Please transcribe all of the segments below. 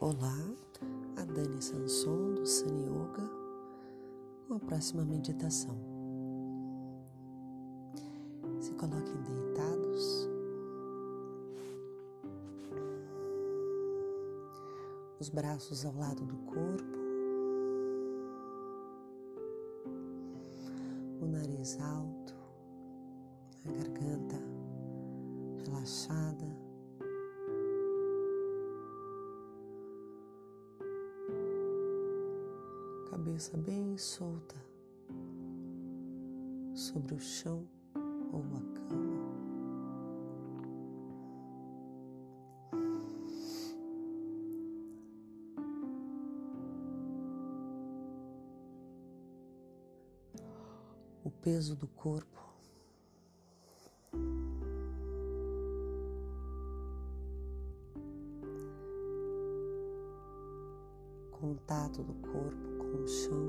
Olá, a Dani Sanson do Sun Yoga com a próxima meditação. Se coloquem deitados, os braços ao lado do corpo, o nariz alto, a garganta relaxada. Cabeça bem solta sobre o chão ou a cama. O peso do corpo contato do corpo com o chão,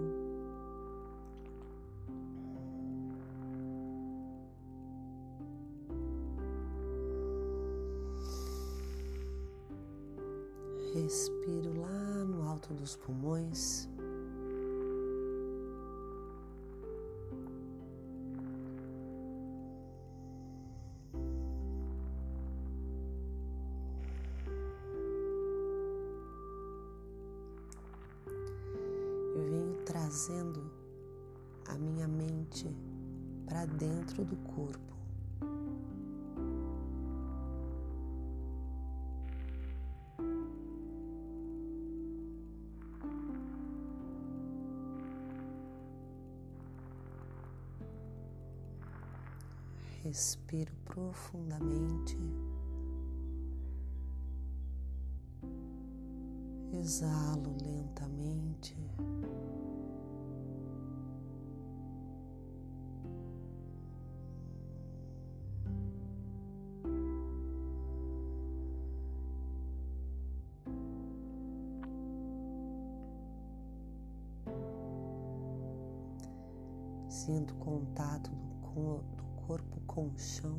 respiro lá no alto dos pulmões, eu venho trazendo a minha mente para dentro do corpo. Respiro profundamente, exalo lentamente. Sinto o contato do corpo com o chão.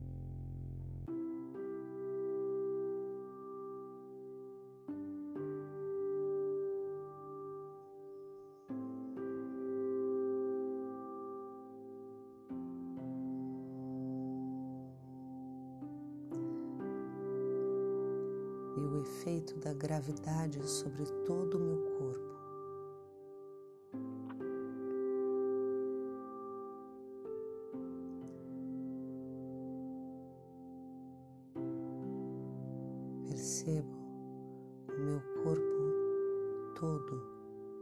E o efeito da gravidade sobre todo o meu corpo. Percebo o meu corpo todo.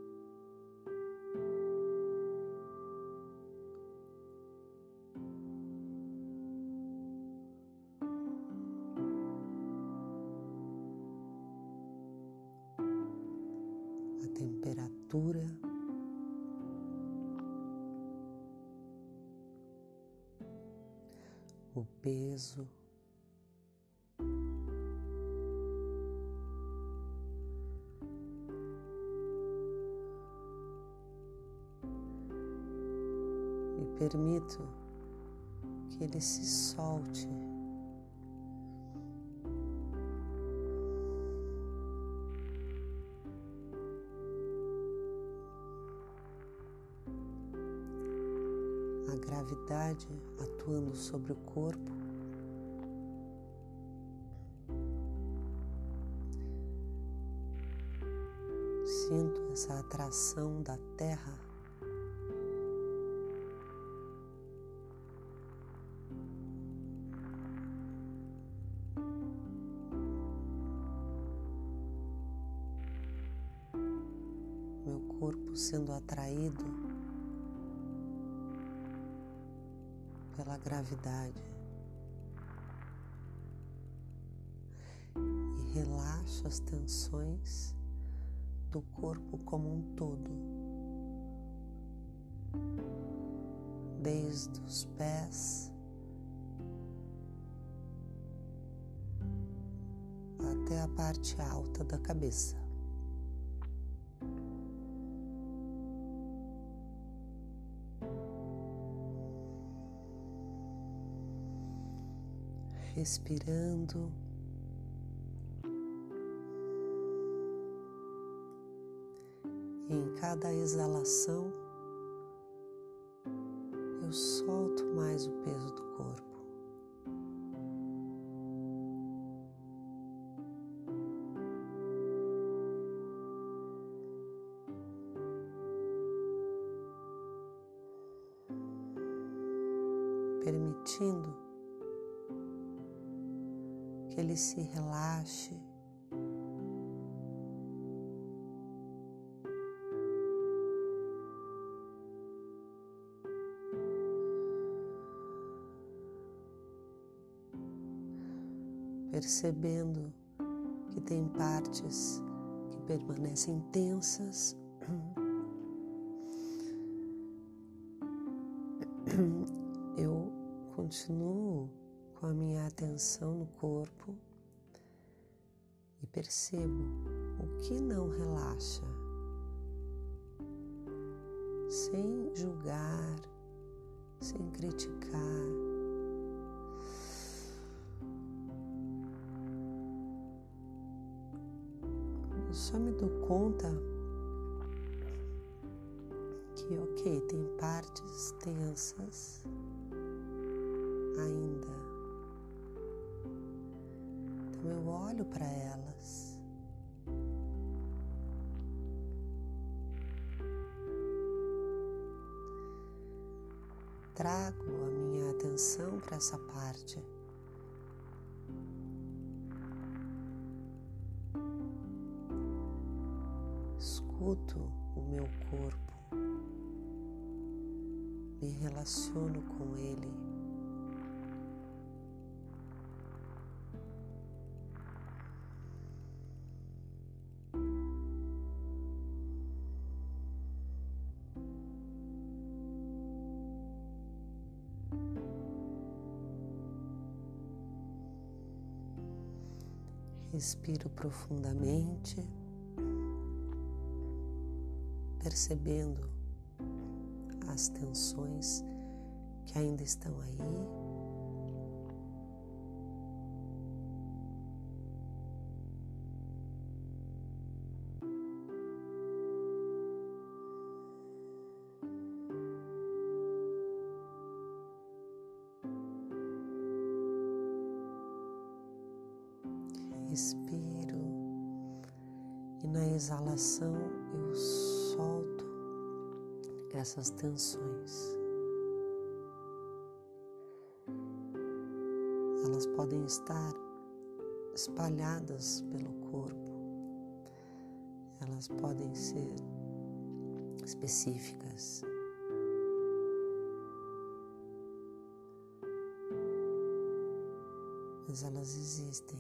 A temperatura, o peso, e permito que ele se solte. A gravidade atuando sobre o corpo, sinto essa atração da terra meu corpo sendo atraído pela gravidade e relaxo as tensões do corpo como um todo, desde os pés até a parte alta da cabeça. Respirando cada exalação, eu solto mais o peso do corpo. Permitindo que ele se relaxe. Percebendo que tem partes que permanecem tensas. Eu continuo com a minha atenção no corpo e percebo o que não relaxa, sem julgar, sem criticar. Eu só me dou conta que, ok, tem partes tensas ainda. Então eu olho para elas. Trago a minha atenção para essa parte. Escuto o meu corpo, me relaciono com ele. Respiro profundamente, percebendo as tensões que ainda estão aí. Respiro e na exalação eu solto essas tensões. Elas podem estar espalhadas pelo corpo, elas podem ser específicas. Mas elas existem.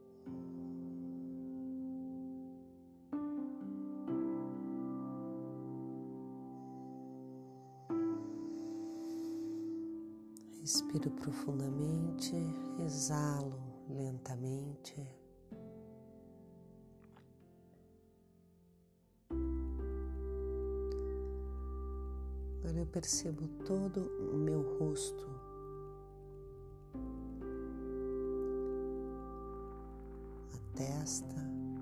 Respiro profundamente, exalo lentamente. Agora eu percebo todo o meu rosto. A testa,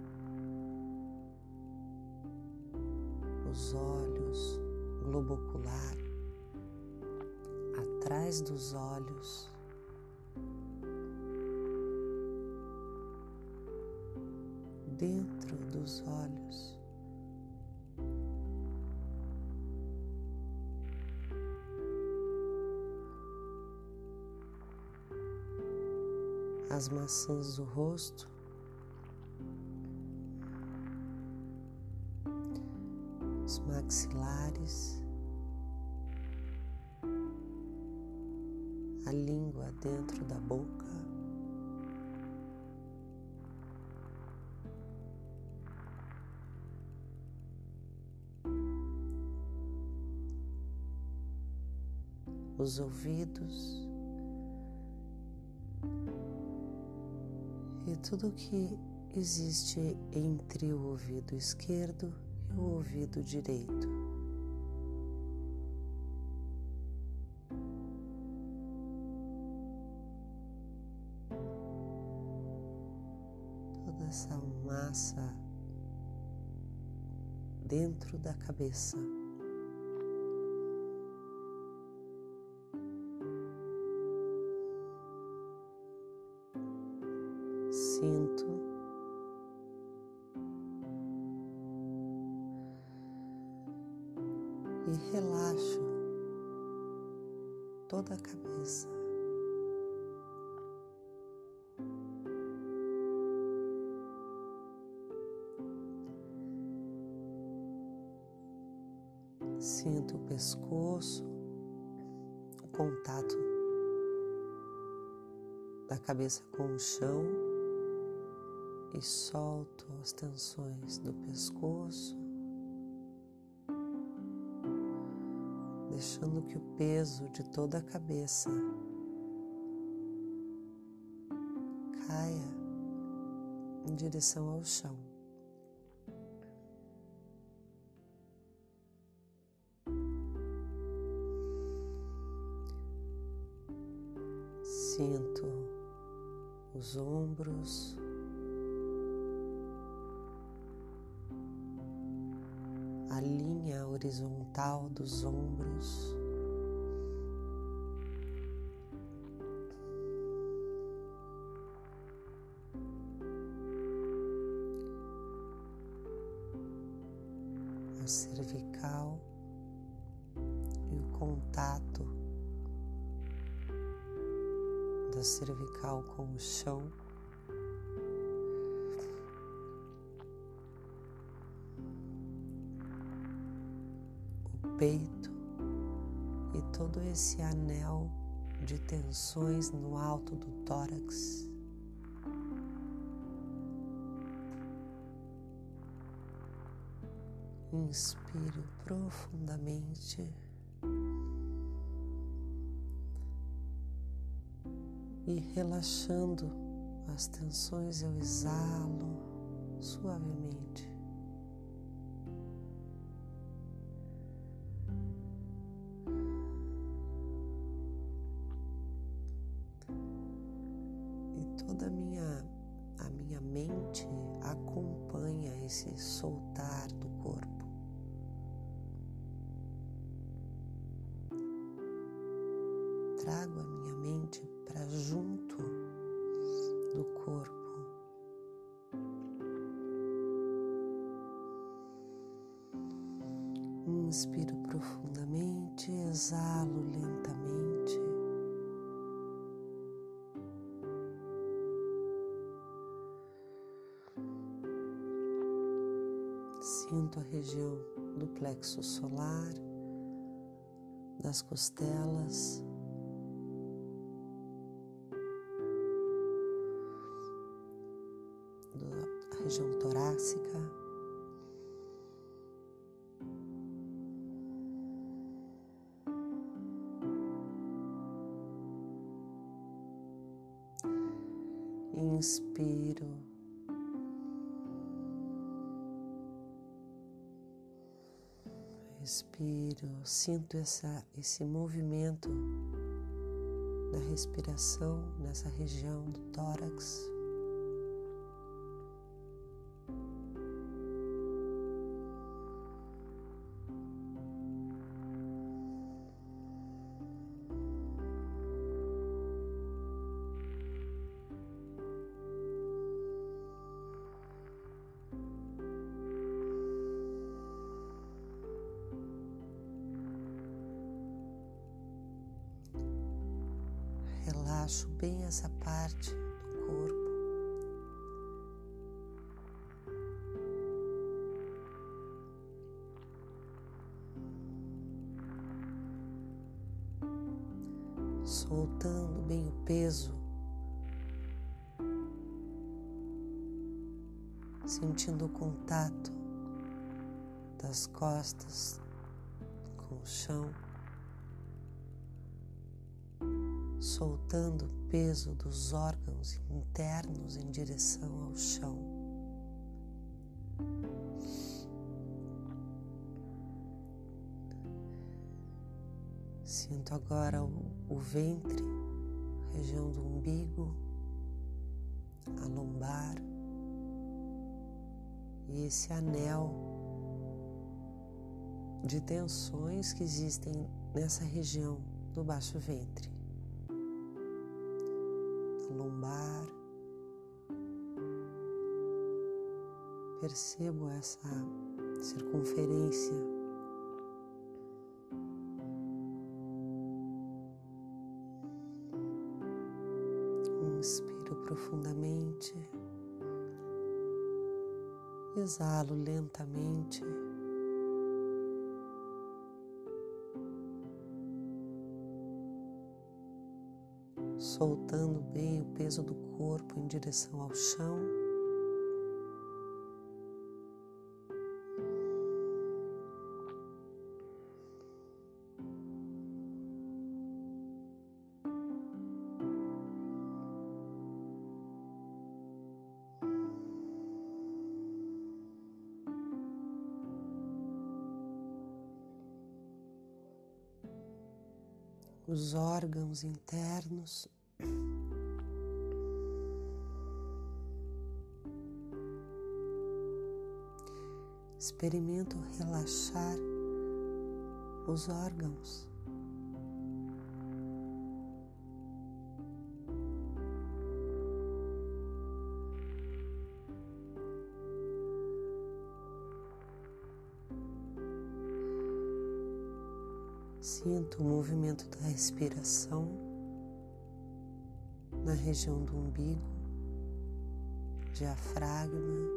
os olhos, globo ocular, atrás dos olhos, dentro dos olhos, as maçãs do rosto, os maxilares, a língua dentro da boca, os ouvidos e tudo que existe entre o ouvido esquerdo e o ouvido direito. Toda essa massa dentro da cabeça. Sinto e relaxo toda a cabeça. Sinto o pescoço, o contato da cabeça com o chão e solto as tensões do pescoço, deixando que o peso de toda a cabeça caia em direção ao chão. Sinto os ombros, a linha horizontal dos ombros, a cervical e o contato da cervical com o chão, o peito e todo esse anel de tensões no alto do tórax. Inspiro profundamente e relaxando as tensões eu exalo suavemente. E toda a minha mente acompanha esse soltar do corpo. Trago a minha mente para junto do corpo. Inspiro profundamente, exalo lentamente. Sinto a região do plexo solar, das costelas, da região torácica, inspiro, expiro, sinto esse movimento da respiração nessa região do tórax. Relaxo bem essa parte do corpo. Soltando bem o peso, sentindo o contato das costas com o chão. Soltando o peso dos órgãos internos em direção ao chão. Sinto agora o ventre, a região do umbigo, a lombar e esse anel de tensões que existem nessa região do baixo ventre, da lombar. Percebo essa circunferência. Inspiro profundamente, exalo lentamente. Soltando bem o peso do corpo em direção ao chão. Os órgãos internos. Experimento relaxar os órgãos. Sinto o movimento da respiração na região do umbigo, diafragma.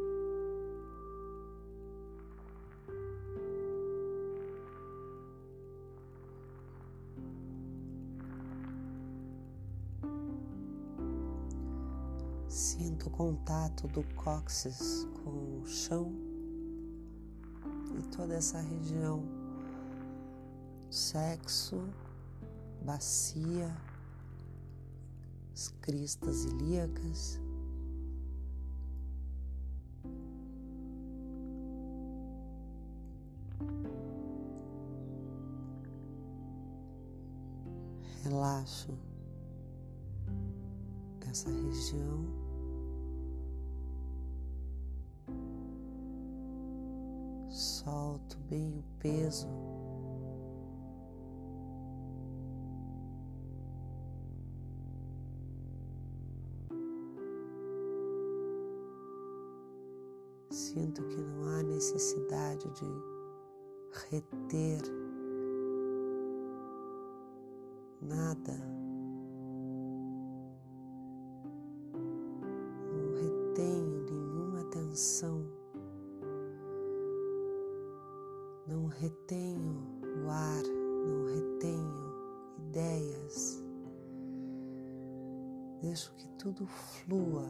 Sinto o contato do cóccix com o chão e toda essa região, sexo, bacia, as cristas ilíacas. Relaxo essa região. Solto bem o peso. Sinto que não há necessidade de reter nada. Não retenho nenhuma tensão. Não retenho o ar, não retenho ideias. Deixo que tudo flua.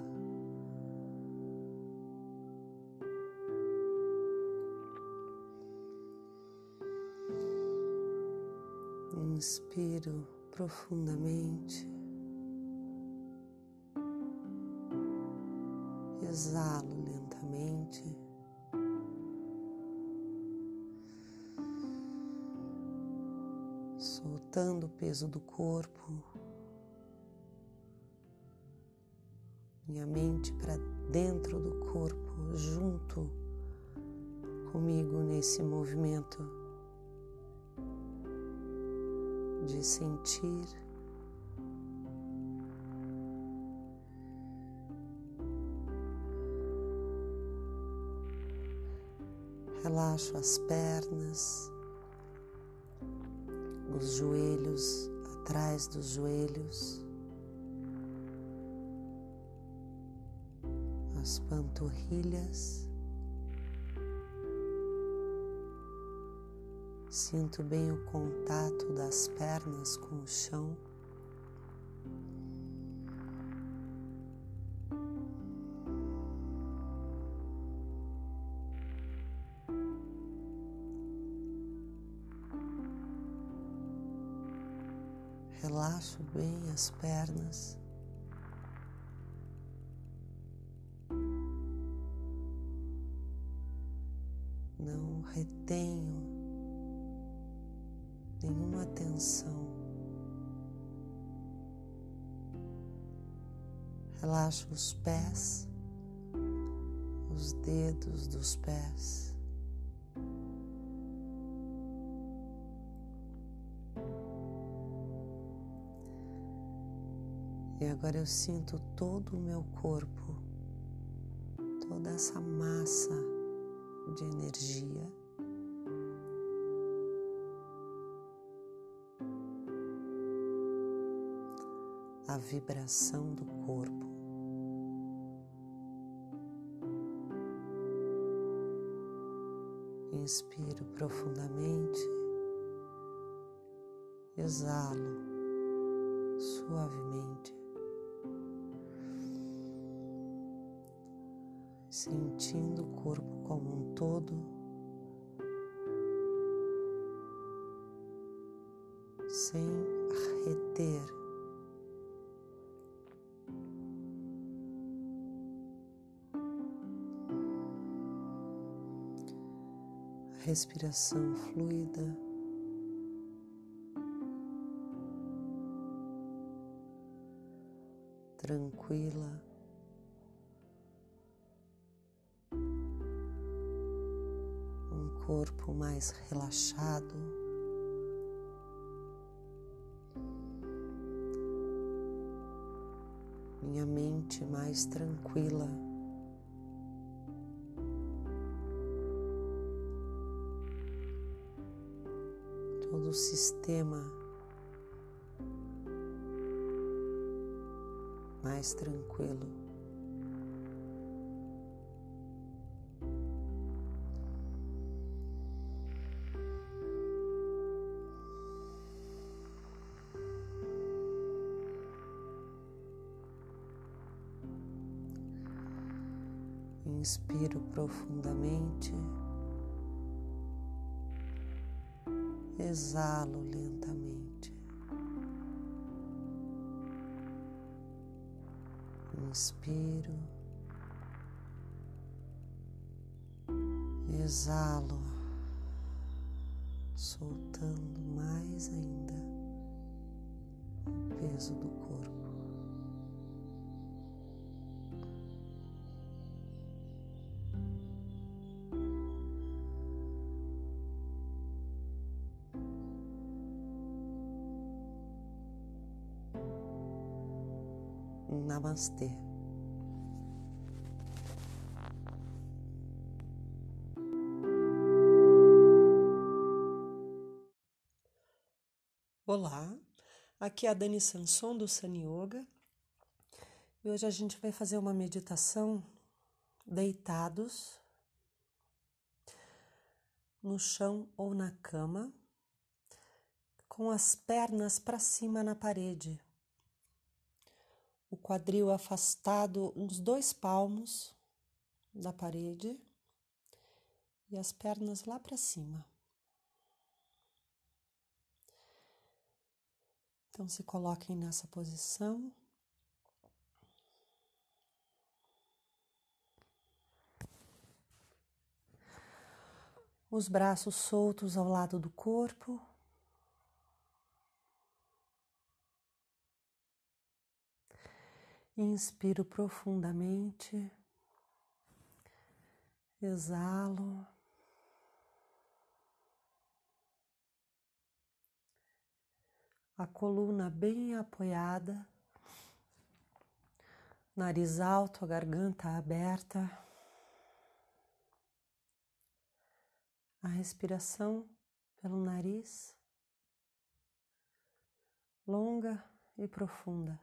Inspiro profundamente, exalo lentamente, soltando o peso do corpo, minha mente para dentro do corpo, junto comigo nesse movimento de sentir. Relaxo as pernas, os joelhos, atrás dos joelhos, as panturrilhas. Sinto bem o contato das pernas com o chão. Relaxo bem as pernas. Não retenho nenhuma tensão. Relaxo os pés, os dedos dos pés, E agora eu sinto todo o meu corpo, toda essa massa de energia a vibração do corpo. Inspiro profundamente, exalo suavemente, sentindo o corpo como um todo, sem reter. Respiração fluida, tranquila, um corpo mais relaxado, minha mente mais tranquila. Todo o sistema mais tranquilo. Inspiro profundamente. Exalo lentamente. Inspiro. Exalo, soltando mais ainda o peso do corpo. Namastê. Olá, aqui é a Dani Sanson do Sun Yoga e hoje a gente vai fazer uma meditação deitados no chão ou na cama, com as pernas para cima na parede. O quadril afastado uns 2 palmos da parede e as pernas lá para cima. Então se coloquem nessa posição. Os braços soltos ao lado do corpo. Inspiro profundamente. Exalo. A coluna bem apoiada. Nariz alto, a garganta aberta. A respiração pelo nariz, longa e profunda.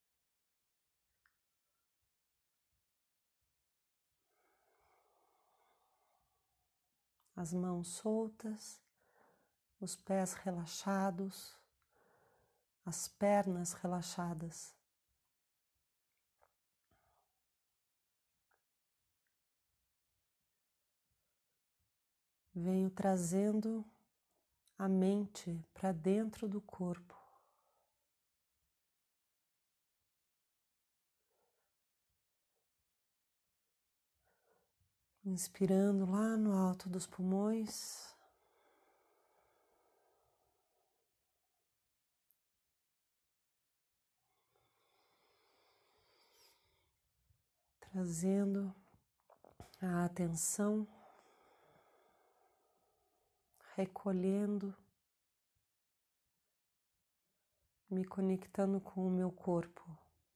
As mãos soltas, os pés relaxados, as pernas relaxadas. Venho trazendo a mente para dentro do corpo. Inspirando lá no alto dos pulmões. Trazendo a atenção, recolhendo, me conectando com o meu corpo,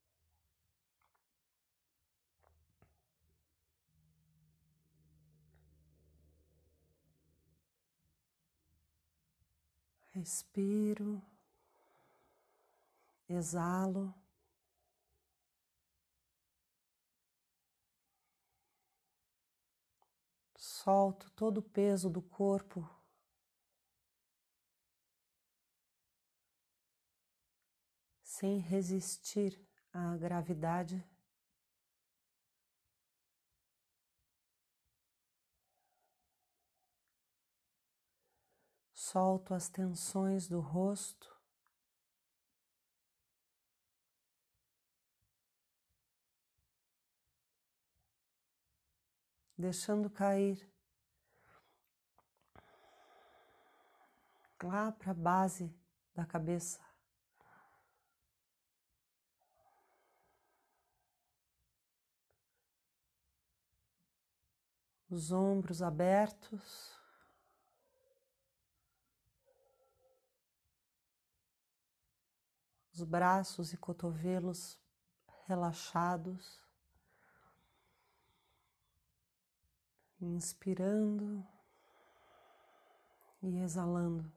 Respiro, exalo. Solto todo o peso do corpo. Sem resistir à gravidade. Solto as tensões do rosto. Deixando cair lá para a base da cabeça. Os ombros abertos. Os braços e cotovelos relaxados. Inspirando e exalando.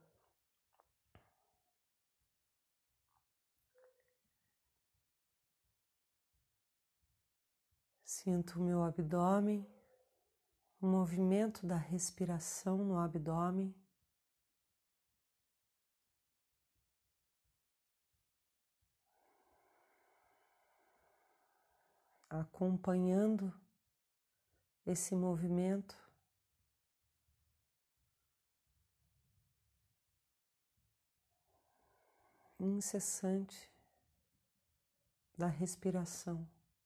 Sinto o meu abdômen, o movimento da respiração no abdômen. Acompanhando esse movimento. Incessante da respiração.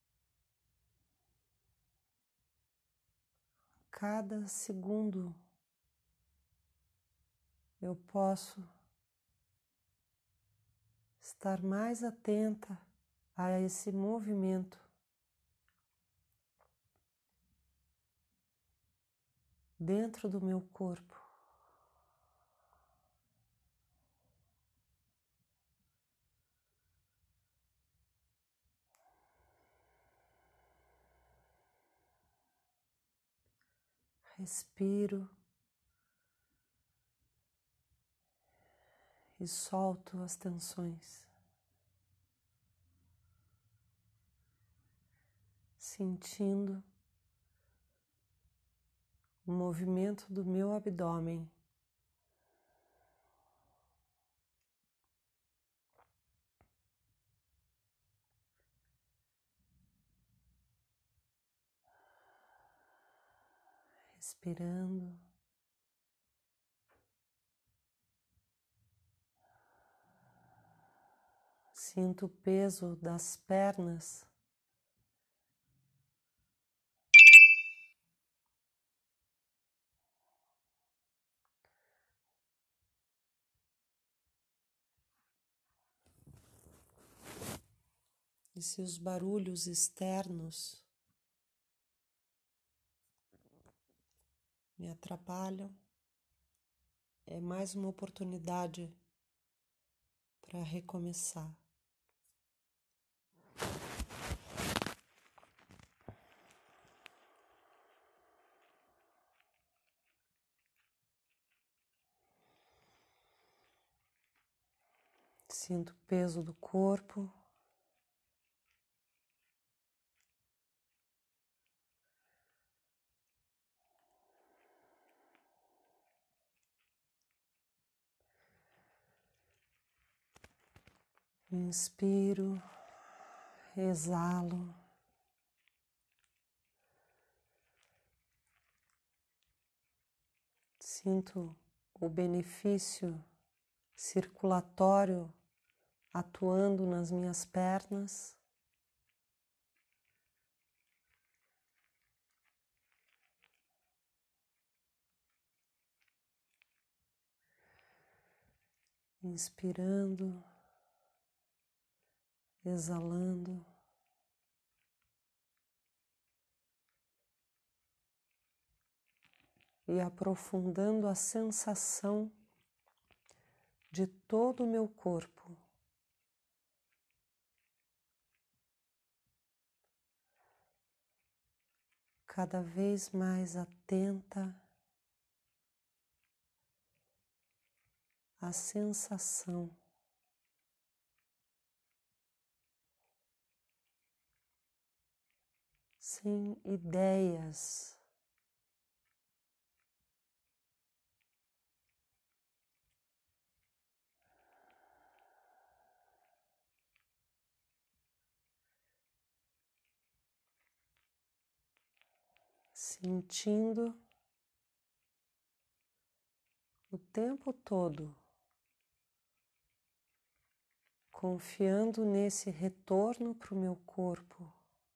Cada segundo eu posso estar mais atenta a esse movimento dentro do meu corpo. Respiro e solto as tensões, sentindo o movimento do meu abdômen. Respirando. Sinto o peso das pernas e se os barulhos externos me atrapalham, é mais uma oportunidade para recomeçar. Sinto o peso do corpo. Inspiro, exalo. Sinto o benefício circulatório atuando nas minhas pernas. Inspirando, exalando. E aprofundando a sensação de todo o meu corpo. Cada vez mais atenta a sensação. Sem ideias. Sentindo o tempo todo, confiando nesse retorno para o meu corpo.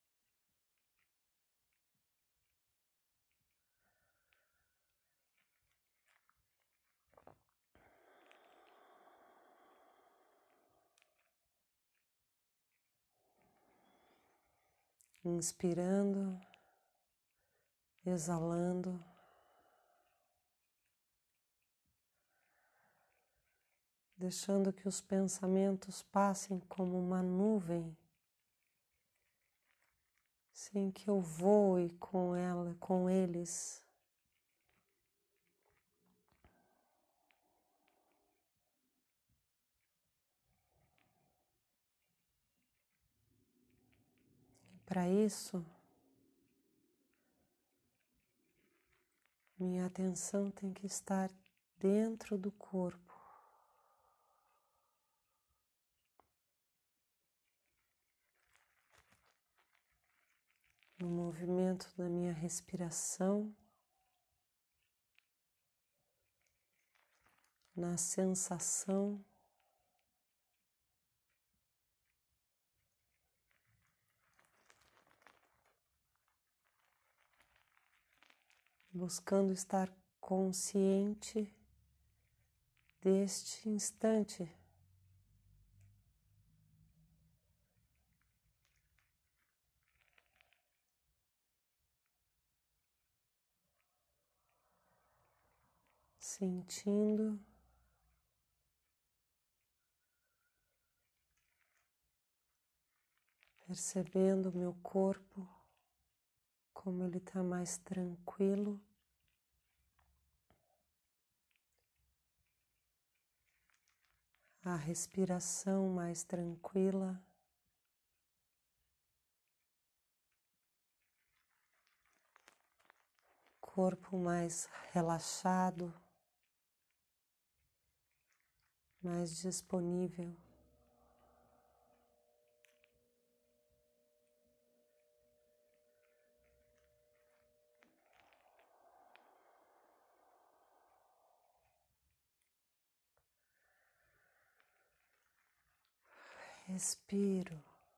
Inspirando, exalando. Deixando que os pensamentos passem como uma nuvem, sem que eu voe com ela, com eles. Para isso, minha atenção tem que estar dentro do corpo. No movimento da minha respiração, na sensação, buscando estar consciente deste instante. Sentindo, percebendo o meu corpo, como ele está mais tranquilo. A respiração mais tranquila. Corpo mais relaxado, mais disponível. Respiro.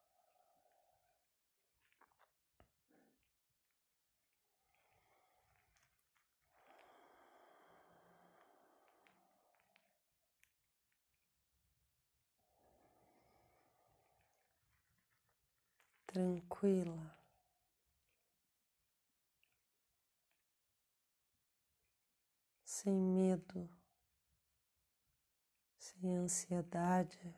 Tranquila. Sem medo, sem ansiedade.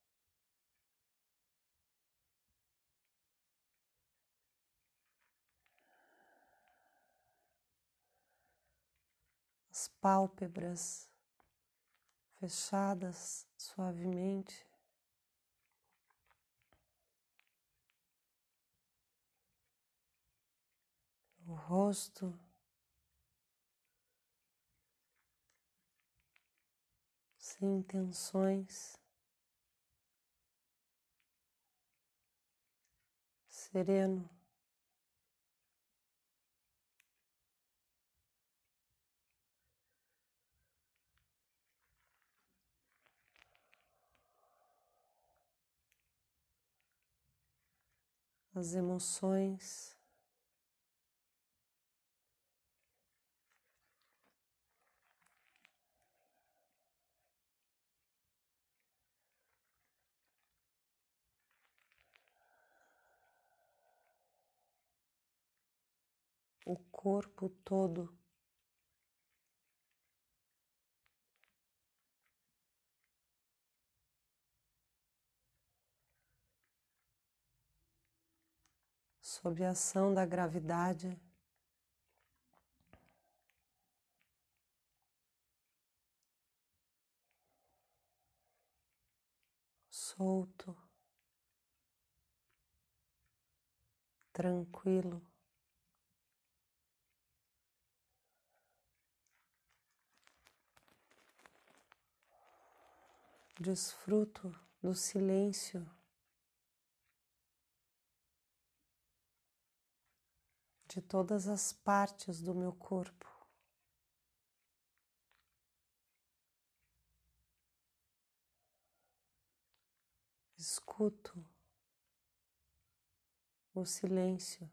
As pálpebras fechadas suavemente. O rosto sem tensões, sereno. As emoções o corpo todo sob a ação da gravidade. solto, tranquilo. Desfruto do silêncio, de todas as partes do meu corpo. Escuto o silêncio.